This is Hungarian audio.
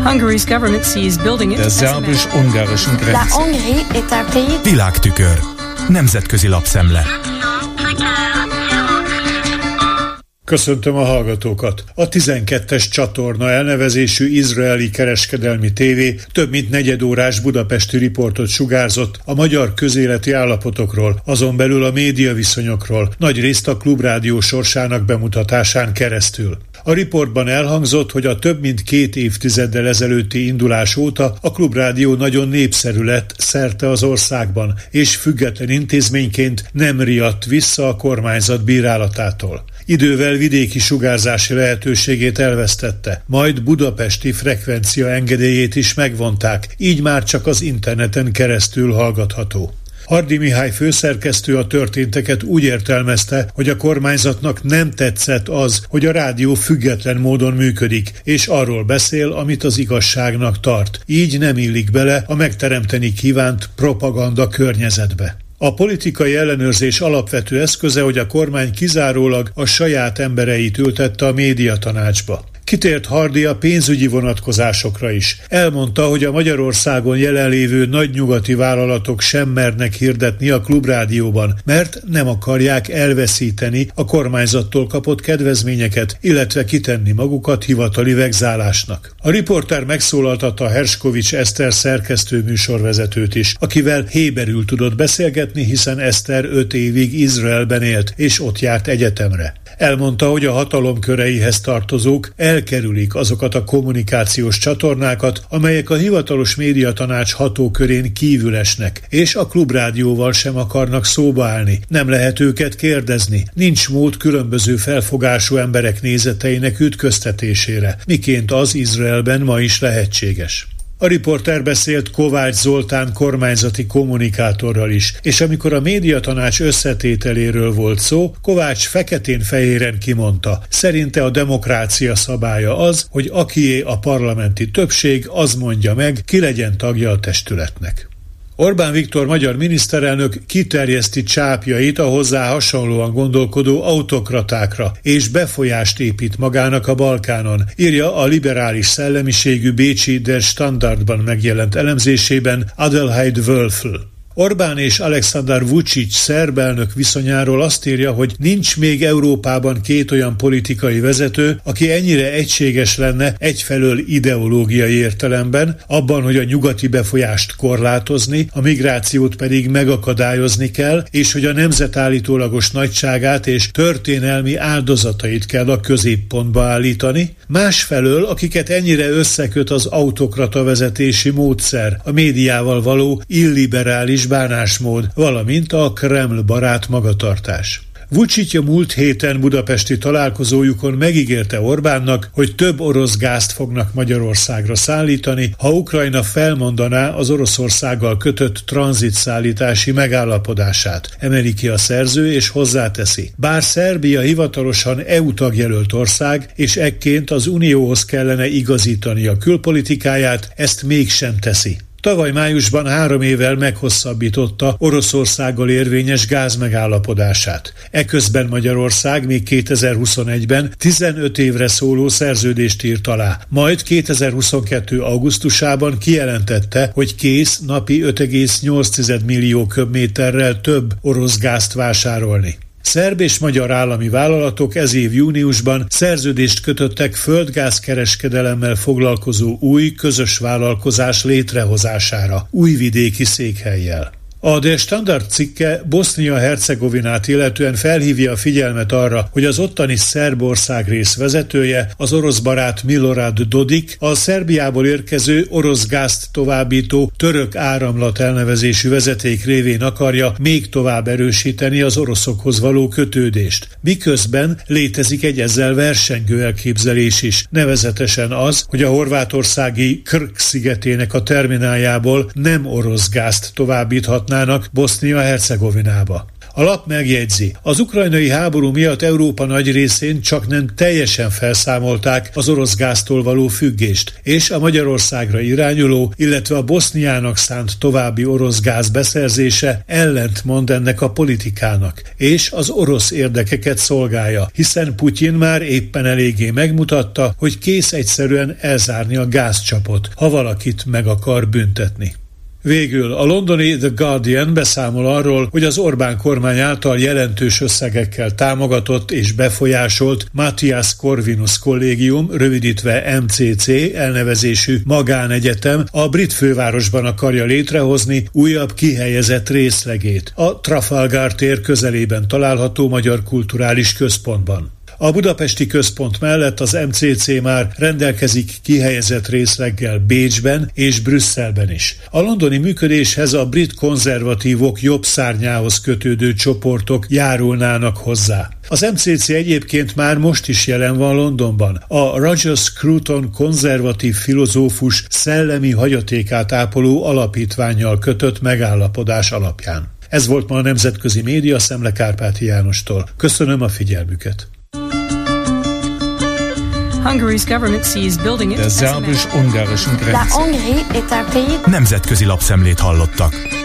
der szerbus-ungarischen Grenze. Világtükör. Nemzetközi lapszemle. Köszöntöm a hallgatókat! A 12-es csatorna elnevezésű izraeli kereskedelmi tévé több mint negyedórás budapesti riportot sugárzott a magyar közéleti állapotokról, azon belül a médiaviszonyokról, nagyrészt a Klubrádió sorsának bemutatásán keresztül. A riportban elhangzott, hogy a több mint 2 évtizeddel ezelőtti indulás óta a Klubrádió nagyon népszerű lett szerte az országban, és független intézményként nem riadt vissza a kormányzat bírálatától. Idővel vidéki sugárzási lehetőségét elvesztette, majd budapesti frekvencia engedélyét is megvonták, így már csak az interneten keresztül hallgatható. Hardy Mihály főszerkesztő a történteket úgy értelmezte, hogy a kormányzatnak nem tetszett az, hogy a rádió független módon működik, és arról beszél, amit az igazságnak tart. Így nem illik bele a megteremteni kívánt propaganda környezetbe. A politikai ellenőrzés alapvető eszköze, hogy a kormány kizárólag a saját embereit ültette a médiatanácsba. Kitért Hardy a pénzügyi vonatkozásokra is. Elmondta, hogy a Magyarországon jelenlévő nagy nyugati vállalatok sem mernek hirdetni a Klubrádióban, mert nem akarják elveszíteni a kormányzattól kapott kedvezményeket, illetve kitenni magukat hivatali vegzálásnak. A riporter megszólaltatta Herskovics Eszter szerkesztő műsorvezetőt is, akivel héberül tudott beszélgetni, hiszen Eszter 5 évig Izraelben élt, és ott járt egyetemre. Elmondta, hogy a hatalom köreihez tartozók elkerülik azokat a kommunikációs csatornákat, amelyek a hivatalos médiatanács hatókörén kívül esnek, és a Klubrádióval sem akarnak szóba állni. Nem lehet őket kérdezni, nincs mód különböző felfogású emberek nézeteinek ütköztetésére, miként az Izraelben ma is lehetséges. A riporter beszélt Kovács Zoltán kormányzati kommunikátorral is, és amikor a médiatanács összetételéről volt szó, Kovács feketén-fehéren kimondta, szerinte a demokrácia szabálya az, hogy akié a parlamenti többség, az mondja meg, ki legyen tagja a testületnek. Orbán Viktor magyar miniszterelnök kiterjeszti csápjait a hozzá hasonlóan gondolkodó autokratákra, és befolyást épít magának a Balkánon, írja a liberális szellemiségű bécsi Der Standardban megjelent elemzésében Adelheid Wölfl. Orbán és Alexander Vučić szerb elnök viszonyáról azt írja, hogy nincs még Európában 2 olyan politikai vezető, aki ennyire egységes lenne egyfelől ideológiai értelemben, abban, hogy a nyugati befolyást korlátozni, a migrációt pedig megakadályozni kell, és hogy a nemzet állítólagos nagyságát és történelmi áldozatait kell a középpontba állítani, másfelől, akiket ennyire összeköt az autokrata vezetési módszer, a médiával való illiberális bánásmód, valamint a Kreml barát magatartás. Vučić a múlt héten budapesti találkozójukon megígérte Orbánnak, hogy több orosz gázt fognak Magyarországra szállítani, ha Ukrajna felmondaná az Oroszországgal kötött tranzitszállítási megállapodását. Emeli ki a szerző és hozzáteszi. Bár Szerbia hivatalosan EU tagjelölt ország, és ekként az Unióhoz kellene igazítani a külpolitikáját, ezt mégsem teszi. Tavaly májusban 3 évvel meghosszabbította Oroszországgal érvényes gázmegállapodását. Eközben Magyarország még 2021-ben 15 évre szóló szerződést írt alá. Majd 2022. augusztusában kijelentette, hogy kész napi 5,8 millió köbméterrel több orosz gázt vásárolni. Szerb és magyar állami vállalatok ez év júniusban szerződést kötöttek földgázkereskedelemmel foglalkozó új közös vállalkozás létrehozására, újvidéki székhellyel. A Der Standard cikke Bosznia-Hercegovinát illetően felhívja a figyelmet arra, hogy az ottani szerb országrész vezetője, az orosz barát Milorad Dodik, a Szerbiából érkező orosz gázt továbbító török áramlat elnevezésű vezeték révén akarja még tovább erősíteni az oroszokhoz való kötődést. Miközben létezik egy ezzel versengő elképzelés is, nevezetesen az, hogy a horvátországi Krk szigetének a termináljából nem orosz gázt továbbíthat Bosznia-Hercegovinába. A lap megjegyzi, az ukrajnai háború miatt Európa nagy részén csak nem teljesen felszámolták az orosz gáztól való függést, és a Magyarországra irányuló, illetve a Boszniának szánt további orosz gáz beszerzése ellentmond ennek a politikának, és az orosz érdekeket szolgálja, hiszen Putyin már éppen eléggé megmutatta, hogy kész egyszerűen elzárni a gázcsapot, ha valakit meg akar büntetni. Végül a londoni The Guardian beszámol arról, hogy az Orbán kormány által jelentős összegekkel támogatott és befolyásolt Matthias Corvinus Kollégium, rövidítve MCC elnevezésű magánegyetem a brit fővárosban akarja létrehozni újabb kihelyezett részlegét, a Trafalgar tér közelében található Magyar Kulturális Központban. A budapesti központ mellett az MCC már rendelkezik kihelyezett részleggel Bécsben és Brüsszelben is. A londoni működéshez a brit konzervatívok jobb szárnyához kötődő csoportok járulnának hozzá. Az MCC egyébként már most is jelen van Londonban. A Roger Scruton konzervatív filozófus szellemi hagyatékát ápoló alapítvánnyal kötött megállapodás alapján. Ez volt ma a Nemzetközi Média Szemle Kárpáti Jánostól. Köszönöm a figyelmüket. Der szerbus-ungarischen Grenze. Nemzetközi lapszemlét hallottak.